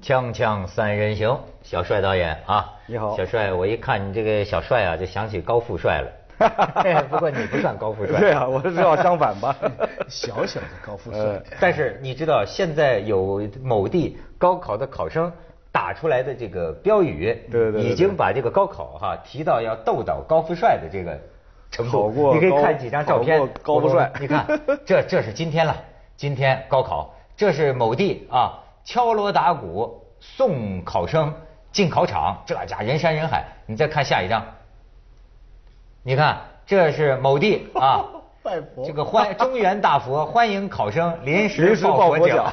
锵锵三人行，小帅导演啊， 你好， 小帅，我一看你这个小帅啊，就想起高富帅了。不过你不算高富帅。 对啊，我是要相反吧， 小小的高富帅。 但是你知道，现在有某地高考的考生打出来的这个标语， 对， 已经把这个高考提到要斗倒高富帅的这个程度。你可以看几张照片， 高富帅， 你看，这是今天了，今天高考，这是某地啊，敲锣打鼓送考生进考场，这家人山人海。你再看下一张。你看，这是某地啊， 拜佛， 这个中原大佛欢迎考生临时抱佛脚。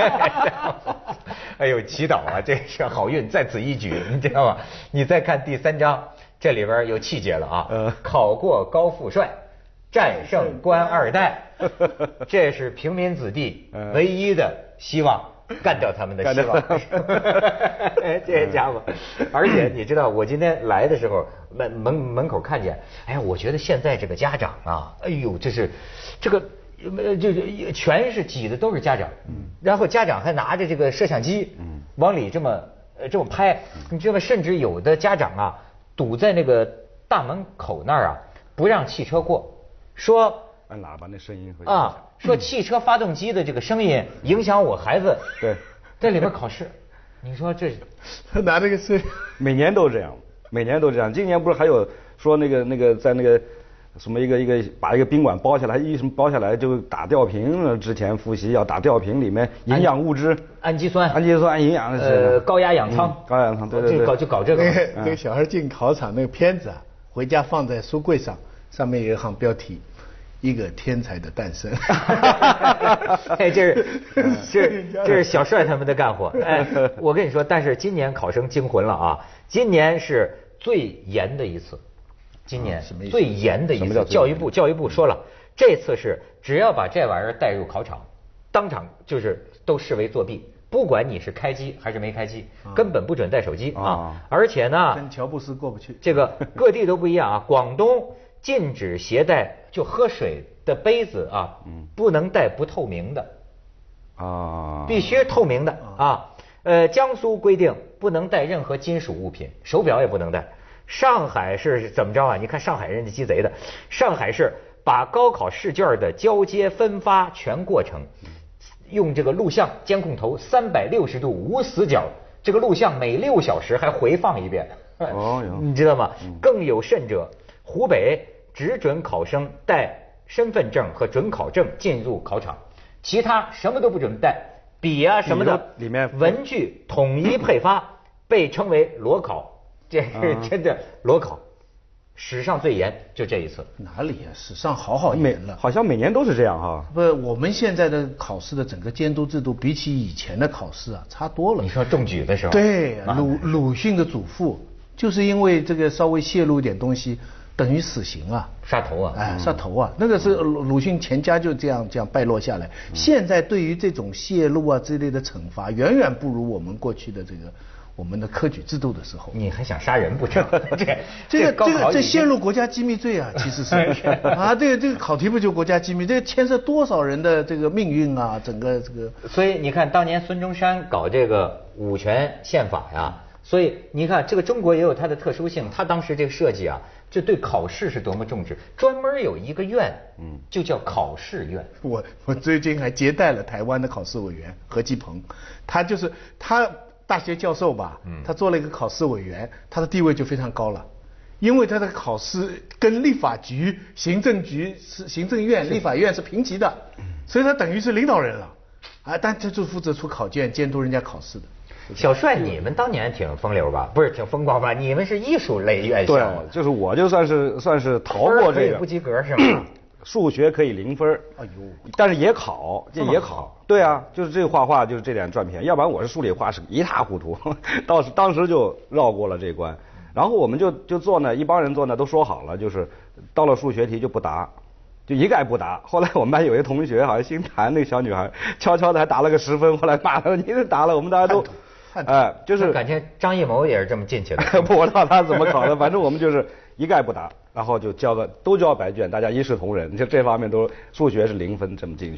哎呦，祈祷啊，这是好运在此一举，你知道吗？你再看第3章，这里边有气节了啊。考过高富帅，战胜官2代，这是平民子弟唯一的希望。干掉他们的希望，这家伙！而且你知道，我今天来的时候，门口看见，哎，我觉得现在这个家长啊，哎呦，这个全是挤的都是家长，然后家长还拿着这个摄像机，往里这么拍，你知道吗？甚至有的家长啊，堵在那个大门口那儿啊，不让汽车过，说按喇叭那声音啊。说汽车发动机的这个声音影响我孩子， 对， 在里边考试，你说这他拿这个声， 每年都这样，每年都这样。今年不是还有说那个在那个什么一个把一个宾馆包下来，一什么包下来就打吊瓶，之前复习要打吊瓶里面营养物质， 氨基酸营养的高压氧舱， 高压氧舱，对， 就搞这个。 那个小孩进考场那个片子啊，回家放在书柜上，上面有一行标题。一个天才的诞生。 哎，这是小帅他们的干活。哎，我跟你说，但是今年考生惊魂了啊！今年是最严的一次，今年最严的一次。教育部说了，这次是只要把这玩意儿带入考场，当场就是都视为作弊，不管你是开机还是没开机，根本不准带手机啊！而且呢， 跟乔布斯过不去。 这个各地都不一样啊，广东。禁止携带就喝水的杯子啊，不能带不透明的啊，必须透明的啊。江苏规定不能带任何金属物品，手表也不能带。上海是怎么着啊？你看上海人家鸡贼的，上海是把高考试卷的交接分发全过程用这个录像监控头360度无死角，这个录像每6小时还回放一遍。哦，你知道吗？更有甚者。湖北只准考生带身份证和准考证进入考场，其他什么都不准带，笔啊什么的， 里面文具统一配发，被称为裸考，这是真的裸考，史上最严，就这一次。 哪里啊？史上好严了， 好像每年都是这样哈。 不，我们现在的考试的整个监督制度，比起以前的考试啊，差多了。 你说中举的时候， 对，鲁迅的祖父就是因为这个稍微泄露一点东西。等于死刑啊， 杀头啊， 哎，杀头啊，那个是鲁迅全家就这样败落下来。现在对于这种泄露啊之类的惩罚，远远不如我们过去的我们的科举制度的时候。 你还想杀人不成？ 这泄露国家机密罪啊，其实是啊，这个考题不就国家机密？这个牵涉多少人的这个命运啊，整个这个。 所以你看，当年孙中山搞这个五权宪法呀，所以你看这个中国也有它的特殊性，它当时这个设计啊。这对考试是多么重视，专门有一个院，就叫考试院。 我最近还接待了台湾的考试委员何基鹏，他大学教授吧，他做了一个考试委员，他的地位就非常高了，因为他的考试跟立法局、行政院、立法院是平级的，所以他等于是领导人了，啊，但他就负责出考卷，监督人家考试的。 小帅，你们当年挺风流吧？不是挺风光吧？你们是艺术类院校， 对，就是我就算是逃过这个， 不及格是吗？ 数学可以0分，哎呦，但是也考，对啊，就是这画画就是这点赚钱，要不然我是数理化是一塌糊涂，当时就绕过了这关，然后我们就坐那一帮人坐那都说好了，就是到了数学题就不答。就一概不答。后来我们班有一同学，好像姓谭那个小女孩，悄悄的还答了个10分。后来骂他，你这答了，我们大家都， 就是感觉张艺谋也是这么进去的。 不知道他怎么考的，反正我们就是一概不答，然后就都交白卷，大家一视同仁。就这方面都数学是0分这么进去的。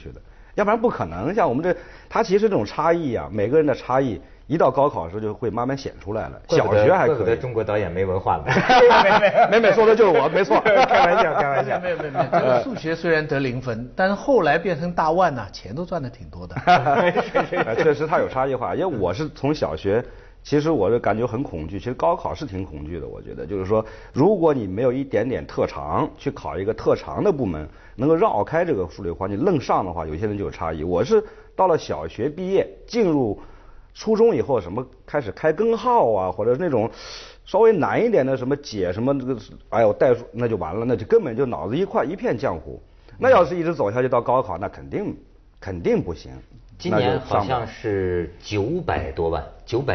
要不然不可能。像我们它其实这种差异啊，每个人的差异，一到高考的时候就会慢慢显出来了。小学还可以。怪不得中国导演没文化了。 没说的就是我，没错。开玩笑。 没有。这个数学虽然得0分，但是后来变成大腕呐，钱都赚得挺多的。 确实它有差异化，因为我是从小学。其实我就感觉很恐惧，其实高考是挺恐惧的。我觉得就是说，如果你没有一点点特长，去考一个特长的部门，能够绕开这个数理化，你愣上的话，有些人就有差异。我是到了小学毕业，进入初中以后，什么开始开根号啊，或者是那种稍微难一点的什么解什么这个，哎呦代数，那就完了，那就根本就脑子一片浆糊。那要是一直走下去到高考，那肯定不行。 今年好像是900多万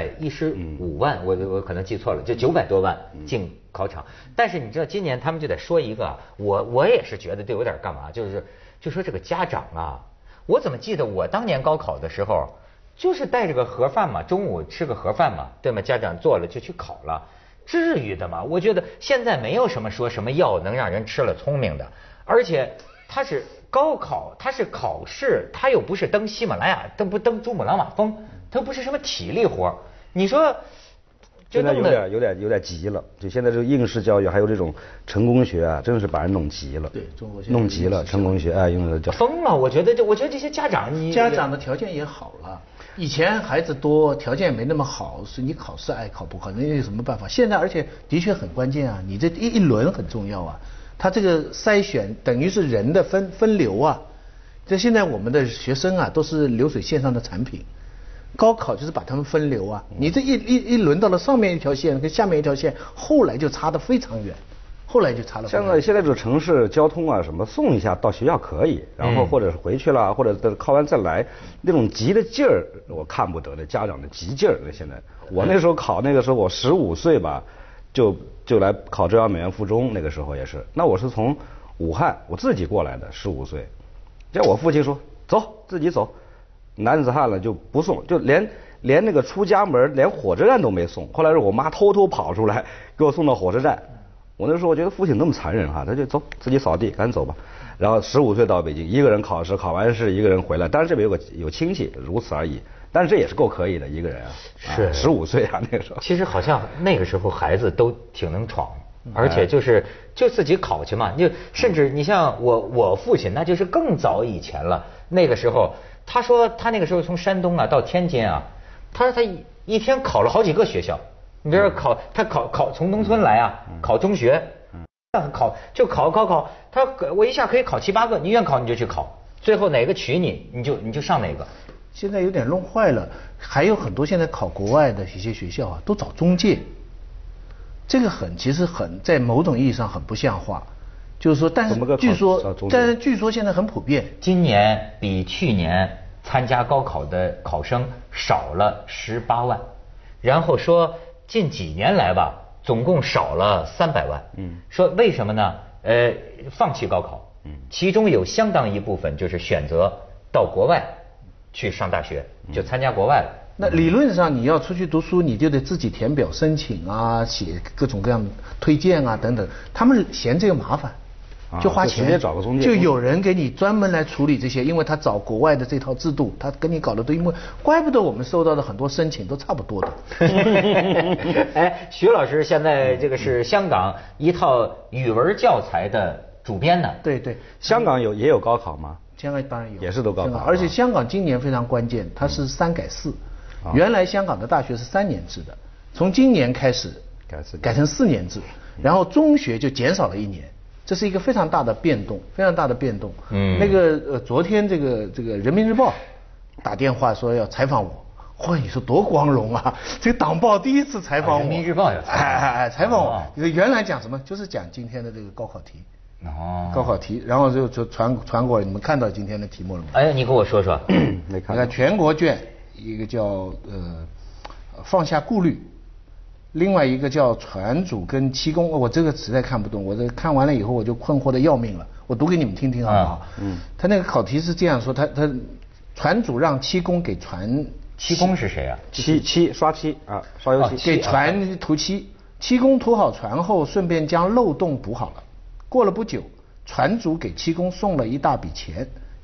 ，915万，我可能记错了，就900多万进考场。但是你知道，今年他们就得说一个，我也是觉得这有点干嘛，就说这个家长啊，我怎么记得我当年高考的时候，就是带着个盒饭嘛，中午吃个盒饭嘛，对吗？家长做了就去考了，至于的吗？我觉得现在没有什么说什么药能让人吃了聪明的，而且它是。高考它是考试，它又不是登喜马拉雅，登珠穆朗玛峰，它不是什么体力活。你说， 现在有点急了。就现在这个应试教育，还有这种成功学啊，真是把人弄急了。 对，中国弄急了，成功学用的叫疯了。我觉得这些家长的条件也好了。以前孩子多，条件没那么好，是你考试爱考不考，那有什么办法？现在而且的确很关键啊，你这一轮很重要啊。他这个筛选等于是人的分流啊，这现在我们的学生啊都是流水线上的产品，高考就是把他们分流啊，你这一轮到了上面一条线跟下面一条线，后来就差得非常远， 现在这个城市交通啊什么送一下到学校可以，然后或者是回去了，或者考完再来，那种急的劲儿我看不得的，家长的急劲儿。现在我那时候考那个时候我15岁吧。就来考中央美院附中，那个时候也是。那我是从武汉我自己过来的，15岁。这我父亲说走，自己走，男子汉了就不送，就连那个出家门，连火车站都没送。后来是我妈偷偷跑出来给我送到火车站。我那时候我觉得父亲那么残忍哈，他就走，自己扫地，赶紧走吧。然后15岁到北京，一个人考试，考完试一个人回来。当然这边有亲戚，如此而已。但是这也是够可以的一个人啊， 是 15岁啊那个时候。 其实好像那个时候孩子都挺能闯，而且就自己考去嘛，就甚至你像我父亲，那就是更早以前了。那个时候他说他那个时候从山东啊到天津啊，他说他一天考了好几个学校。你比如说他考从农村来啊，考中学，考高考，我一下可以考7、8个，你愿考你就去考，最后哪个取你就上哪个。 现在有点弄坏了，还有很多现在考国外的一些学校啊，都找中介，这个其实在某种意义上很不像话，就是说，但是据说现在很普遍。 今年比去年参加高考的考生少了18万，然后说近几年来吧，总共少了300万。说为什么呢？放弃高考，其中有相当一部分就是选择到国外去上大学，就参加国外了。 那理论上你要出去读书，你就得自己填表申请啊，写各种各样的推荐啊等等。他们嫌这个麻烦，就花钱， 直接找个中介， 就有人给你专门来处理这些，因为他找国外的这套制度，他跟你搞的都因为，怪不得我们收到的很多申请都差不多的。 哎，徐老师现在这个是香港一套语文教材的主编呢。 对对， 香港也有高考吗？ 香港当然有， 也是都高考， 而且香港今年非常关键，它是3改4。原来香港的大学是3年制的，从今年开始改成4年制，然后中学就减少了1年，这是一个非常大的变动，非常大的变动。那个昨天这个人民日报打电话说要采访我，嚯，你说多光荣啊！这个党报第一次采访我， 人民日报要采访我。原来讲什么？就是讲今天的这个高考题。高考题，然后就传过来，你们看到今天的题目了吗？ 哎，你跟我说说。 你看全国卷，一个叫放下顾虑，另外一个叫船主跟期工，我这个实在看不懂，我这看完了以后我就困惑的要命了，我读给你们听听好不好？他那个考题是这样说，他船主让期工给船， 期工是谁啊？ 刷漆啊，刷油漆， 给船涂漆，期工涂好船后，顺便将漏洞补好了。过了不久，船主给期工送了一大笔钱，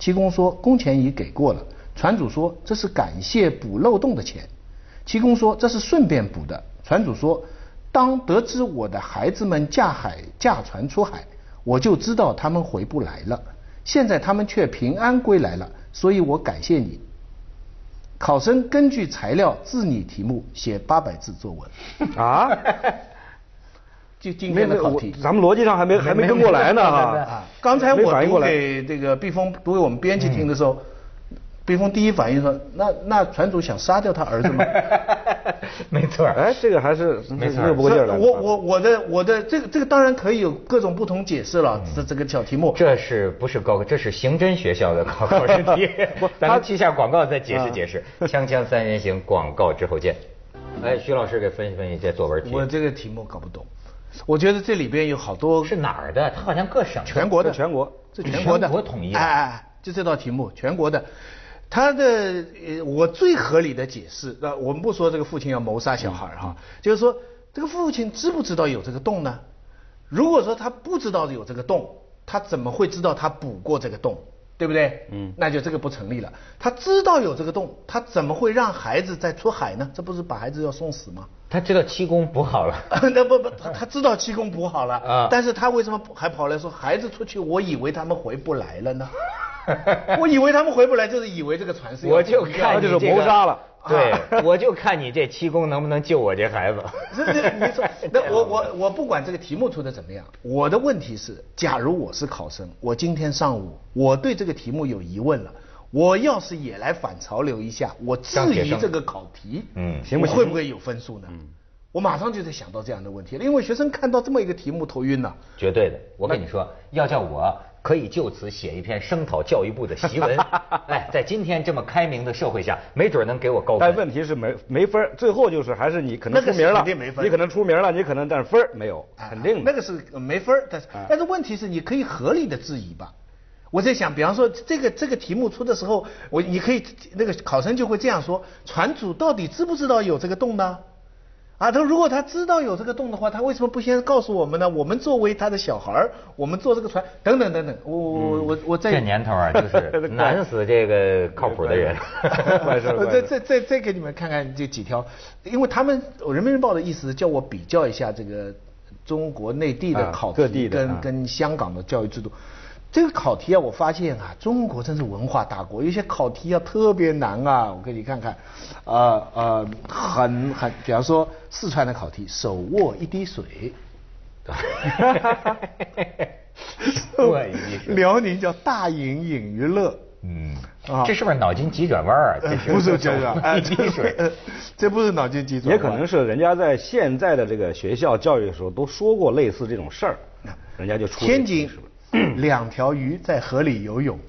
七公说工钱已给过了，船主说这是感谢补漏洞的钱。七公说这是顺便补的。船主说当得知我的孩子们驾船出海，我就知道他们回不来了，现在他们却平安归来了，所以我感谢你。考生根据材料自拟题目，写800字作文。啊？就今天的考题， 咱们逻辑上还没跟过来呢哈。 刚才我读给这个毕峰读给我们编辑听的时候，毕峰第一反应说，那船主想杀掉他儿子吗？ 没错， 哎，这个还是没错，不过劲儿来。 我的这个当然可以有各种不同解释了，这个小题目。 这是不是这是刑侦学校的考试题？咱们去下广告再解释解释。锵锵三人行，广告之后见。哎，徐老师给分析分析这作文题。 我这个题目搞不懂。我觉得这里边有好多是哪儿的？它好像各省全国的， 全国统一的。 哎，就这道题目全国的，他的我最合理的解释，我们不说这个父亲要谋杀小孩哈，就是说这个父亲知不知道有这个洞呢？如果说他不知道有这个洞，他怎么会知道他补过这个洞？对不对？那就这个不成立了。他知道有这个洞，他怎么会让孩子再出海呢？这不是把孩子要送死吗？ 他知道七公补好了。 那不，他知道七公补好了啊，但是他为什么还跑来说孩子出去？我以为他们回不来了呢。我以为他们回不来，就是以为这个船是我就看就是谋杀了。 对，我就看你这七公能不能救我这孩子。 没错。那我不管这个题目出的怎么样，我的问题是，假如我是考生，我今天上午我对这个题目有疑问了，我要是也来反潮流一下，我质疑这个考题，我会不会有分数呢？我马上就在想到这样的问题了，因为学生看到这么一个题目头晕了。 绝对的，我跟你说，要叫我可以就此写一篇声讨教育部的檄文。哎，在今天这么开明的社会下，没准能给我高分。 但问题是没分，最后就是还是你可能出名了，你可能出名了，你可能但是分没有，肯定的。 那个是没分，但是问题是你可以合理的质疑吧。我在想，比方说这个题目出的时候，你可以那个考生就会这样说：船主到底知不知道有这个洞呢？啊，如果他知道有这个洞的话，他为什么不先告诉我们呢？我们作为他的小孩，我们坐这个船，等等等等。我这年头啊，就是难死这个靠谱的人。 再给你们看看这几条，因为他们人民日报的意思叫我比较一下这个中国内地的考题跟香港的教育制度。这个考题啊，我发现啊，中国真是文化大国，有些考题啊特别难啊。我给你看看，比方说四川的考题，手握一滴水。 手握一滴水。 辽宁叫大隐隐于乐。 这是不是脑筋急转弯啊？ 不是这个， 一滴水， 这不是脑筋急转弯， 也可能是人家在现在的这个学校教育的时候都说过类似这种事儿，人家就出天津。2条鱼在河里游泳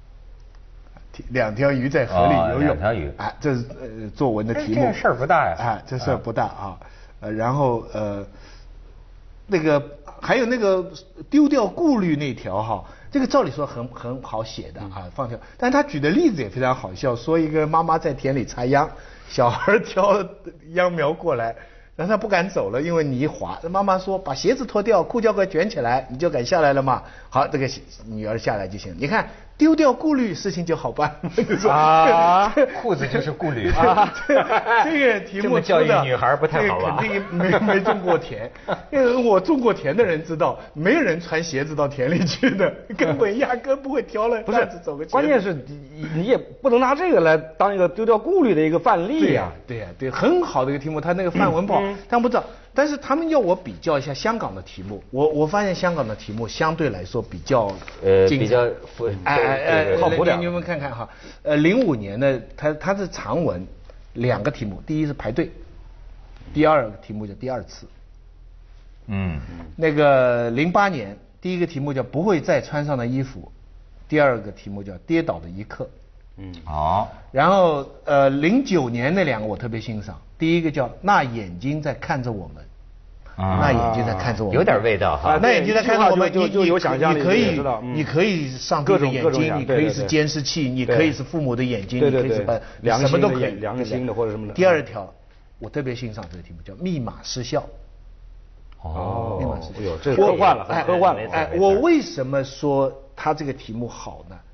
，2条鱼在河里游泳，2 条鱼， 啊，这是作文的题目。 这事儿不大呀， 啊，这事儿不大啊。然后那个还有那个丢掉顾虑那条哈，这个照理说很好写的啊，放掉。但他举的例子也非常好笑，说一个妈妈在田里插秧，小孩挑秧苗过来。然后他不敢走了，因为泥滑。妈妈说：“把鞋子脱掉，裤脚给卷起来，你就敢下来了嘛。”好，这个女儿下来就行。你看，丢掉顾虑，事情就好办。 啊，裤子就是顾虑。 这个题目教育女孩不太好吧？ 肯定没种过田，因为我种过田的人知道，没人穿鞋子到田里去的，根本压根不会挑了担子走个。 关键是你也不能拿这个来当一个丢掉顾虑的一个范例呀。 对，很好的一个题目，他那个范文不好，但不知道。但是他们要我比较一下香港的题目，我发现香港的题目相对来说比较比较靠谱点。你们看看哈，05年呢，它是长文，2个题目，第一是排队，第二个题目叫第二次。那个08年第一个题目叫不会再穿上的衣服，第二个题目叫跌倒的一刻。然后09年那2个我特别欣赏，第一个叫那眼睛在看着我们，那眼睛在看着我们， 有点味道哈。 那眼睛在看着我们， 就有想象力， 你可以上帝的眼睛，你可以是监视器，你可以是父母的眼睛，你可以是什么都可以， 良心的或者什么的。 第二条，我特别欣赏这个题目叫密码失效。 这科幻了，很科幻了。 我为什么说他这个题目好呢？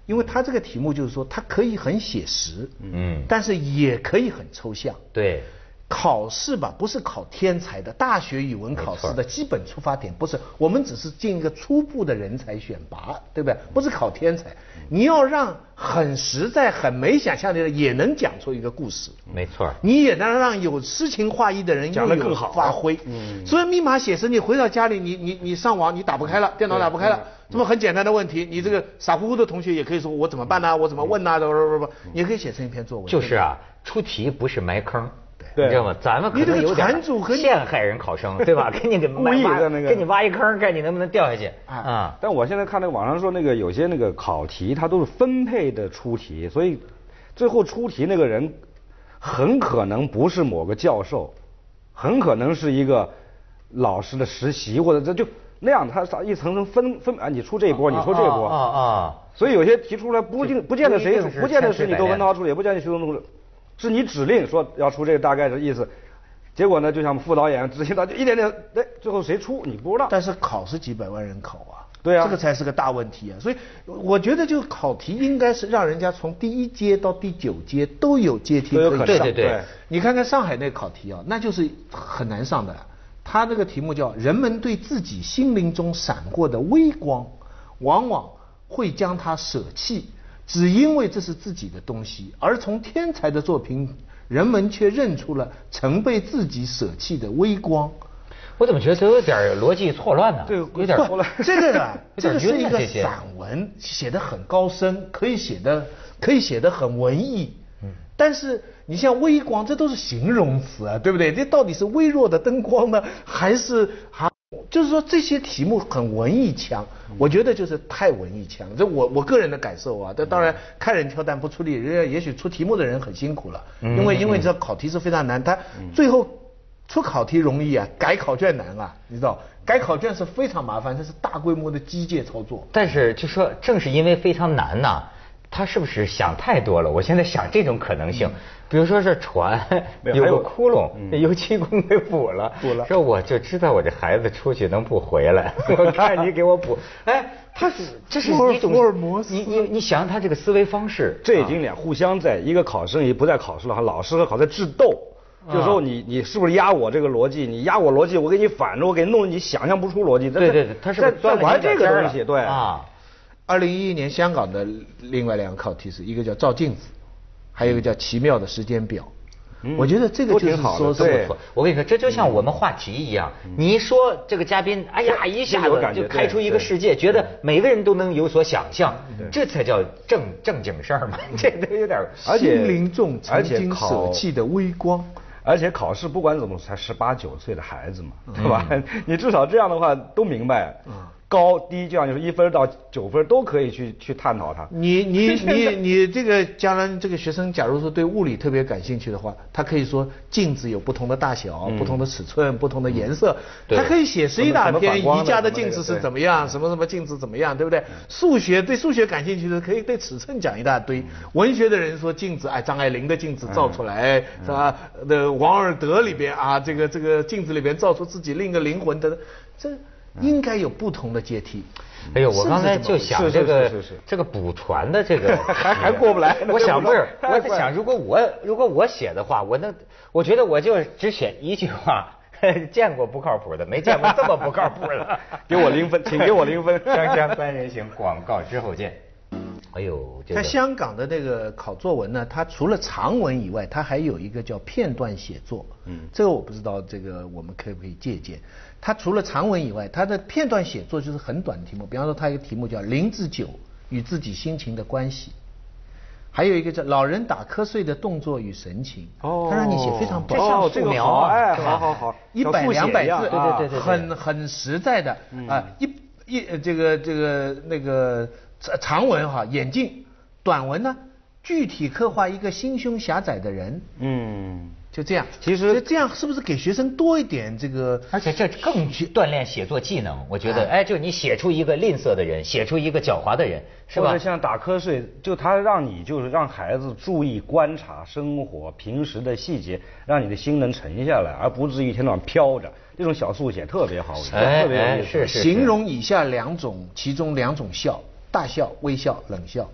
因为它这个题目就是说它可以很写实，但是也可以很抽象。 对。 考试吧，不是考天才的，大学语文考试的基本出发点不是，我们只是进一个初步的人才选拔，对不对？不是考天才，你要让很实在、很没想象力的也能讲出一个故事。 没错。 你也能让有诗情画意的人讲得更好发挥。所以密码写实，你回到家里，你上网你打不开了，电脑打不开了，这么很简单的问题，你这个傻乎乎的同学也可以说我怎么办呢？我怎么问呢？不，也可以写成一篇作文。 就是啊，出题不是埋坑。 对， 你知道吗？咱们可能有点陷害人考生，对吧？给你故意的那个， 给你挖一坑，看你能不能掉下去啊！但我现在看那个网上说，那个有些那个考题，它都是分配的出题，所以最后出题那个人很可能不是某个教授，很可能是一个老师的实习，或者这就那样，他一层层分啊，你出这一波，你出这一波所以有些题出来不见得谁，不见得是你窦文涛出的，也不见得徐东出的。是你指令说要出这个大概的意思，结果呢，就像副导演执行到就一点点，哎，最后谁出你不知道。 但是考是几百万人考啊， 对啊， 这个才是个大问题啊。所以我觉得就考题应该是让人家从第1阶到第9阶都有阶梯可以上。 对。 你看看上海那考题啊，那就是很难上的。他那个题目叫"人们对自己心灵中闪过的微光，往往会将它舍弃。只因为这是自己的东西，而从天才的作品，人们却认出了曾被自己舍弃的微光。 我怎么觉得都有点逻辑错乱呢？ 对，有点错乱。 这个啊，这个是一个散文，写得很高深，可以写得很文艺。但是你像微光，这都是形容词啊，对不对？这到底是微弱的灯光呢，还是就是说这些题目很文艺腔，我觉得就是太文艺腔，这我个人的感受啊。这当然看人挑担不出力，人家也许出题目的人很辛苦了，因为这考题是非常难，他最后出考题容易啊，改考卷难啊，你知道？改考卷是非常麻烦，这是大规模的机械操作。 但是就说正是因为非常难呐，他是不是想太多了？我现在想这种可能性。比如说是船有个窟窿，油漆工给补了，说我就知道我这孩子出去能不回来，我看你给我补。哎，这是一种福尔摩斯。你想他这个思维方式， 这已经俩互相在一个考生也不在考试了，老师和考生在智斗。就是说你是不是压我这个逻辑？你压我逻辑，我给你反着，我给你弄，你想象不出逻辑。 对，他是在玩这个东西，对啊。 2011年香港的另外2个考题是一个叫照镜子。还有一个叫奇妙的时间表，我觉得这个就是说是不错。 我跟你说，这就像我们话题一样，你一说这个嘉宾，哎呀，一下子就开出一个世界，觉得每个人都能有所想象，这才叫正经事儿嘛。这都有点心灵中曾经舍弃的微光。 而且考试不管怎么才18、19岁的孩子嘛，对吧？你至少这样的话都明白。高低这样就是1分到9分都可以去探讨它。 你这个将来这个学生假如说对物理特别感兴趣的话，他可以说镜子有不同的大小、不同的尺寸、不同的颜色，他可以写诗一大篇，宜家的镜子是怎么样，什么镜子怎么样，对不对？对数学感兴趣的可以对尺寸讲一大堆。文学的人说镜子，哎，张爱玲的镜子造出来是吧？王尔德里边啊，这个镜子里边造出自己另一个灵魂的这。应该有不同的阶梯。 哎呦，我刚才就想这个补船的这个还过不来。 我想不是，我在想，如果我写的话，我觉得我就只写一句话：见过不靠谱的，没见过这么不靠谱的。 给我0分，请给我0分。 锵锵三人行，广告之后见。哎呦， 在香港的那个考作文呢，它除了长文以外，它还有一个叫片段写作。这个我不知道，这个我们可不可以借鉴？它除了长文以外，它的片段写作就是很短的题目，比方说它一个题目叫0至9与自己心情的关系，还有一个叫老人打瞌睡的动作与神情。它让你写非常短， 这个好， 哎，好 ，100、200字， 对， 很实在的啊，这个长文哈演进，短文呢具体刻画一个心胸狭窄的人。就这样， 其实这样是不是给学生多一点这个？ 而且这更锻炼写作技能，我觉得，哎，就你写出一个吝啬的人，写出一个狡猾的人，是吧？ 或者像打瞌睡，就他让你就是让孩子注意观察生活平时的细节，让你的心能沉下来，而不至于一天到晚飘着。这种小速写特别好，特别有意思。 形容以下2种，其中2种笑：大笑、微笑、冷笑。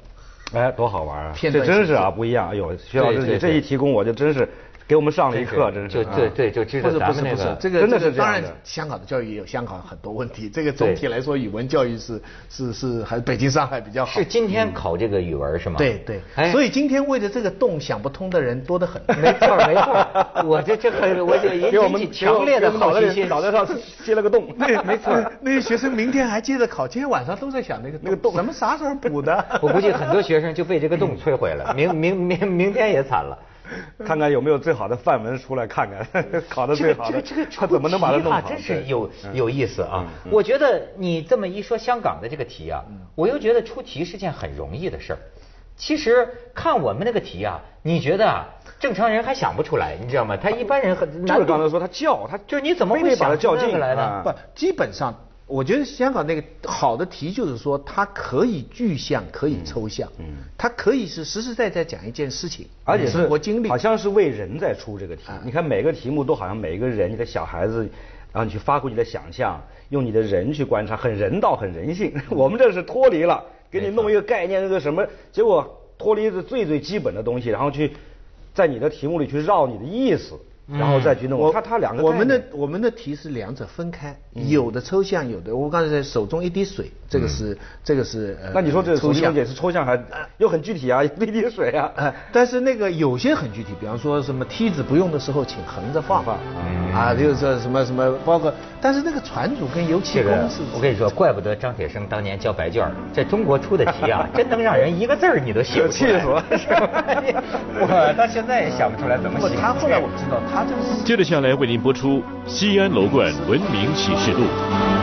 哎，多好玩啊！ 这真是啊，不一样。哎呦，徐老师，你这一提供，我就真是给我们上了一课，真是。 对，就知道咱们那个这个真的是这样的。 当然，香港的教育也有香港很多问题。这个总体来说，语文教育是还是北京、上海比较好。 是今天考这个语文是吗？ 对。所以今天为了这个洞想不通的人多得很。 没错。我这引起强烈的好奇心， 脑袋上接了个洞。 对，没错。那些学生明天还接着考，今天晚上都在想那个洞，什么啥时候补的？ 我估计很多学生就被这个洞摧毁了，明天也惨了。 看看有没有最好的范文出来看看，考的最好的。他怎么能把它弄好？ 真是有意思啊！我觉得你这么一说香港的这个题啊，我又觉得出题是件很容易的事儿。其实看我们那个题啊，你觉得啊，正常人还想不出来，你知道吗？他一般人很就是刚才说他就是你怎么会想出那个来呢？ 不，基本上。我觉得香港那个好的题就是说，它可以具象，可以抽象，它可以是实实在在讲一件事情， 而且生活经历， 好像是为人在出这个题。你看每个题目都好像每一个人，你的小孩子，然后你去发挥你的想象，用你的人去观察，很人道，很人性。我们这是脱离了，给你弄一个概念，那个什么，结果脱离的最基本的东西，然后去在你的题目里去绕你的意思。然后再去弄，它两个我们的题是两者分开，有的抽象，有的我刚才在手中一滴水，这个是那你说这抽象也是抽象还又很具体啊，一滴水啊。 但是那个有些很具体，比方说什么梯子不用的时候请横着放啊，就是说什么包括，但是那个船主跟油漆工是， 我跟你说，怪不得张铁生当年交白卷，在中国出的题啊，真能让人一个字儿你都写不出来，气死了，是吧？我到现在也想不出来怎么写。 他后来我知道，他这个接着下来为您播出《西安楼冠文明启示录》。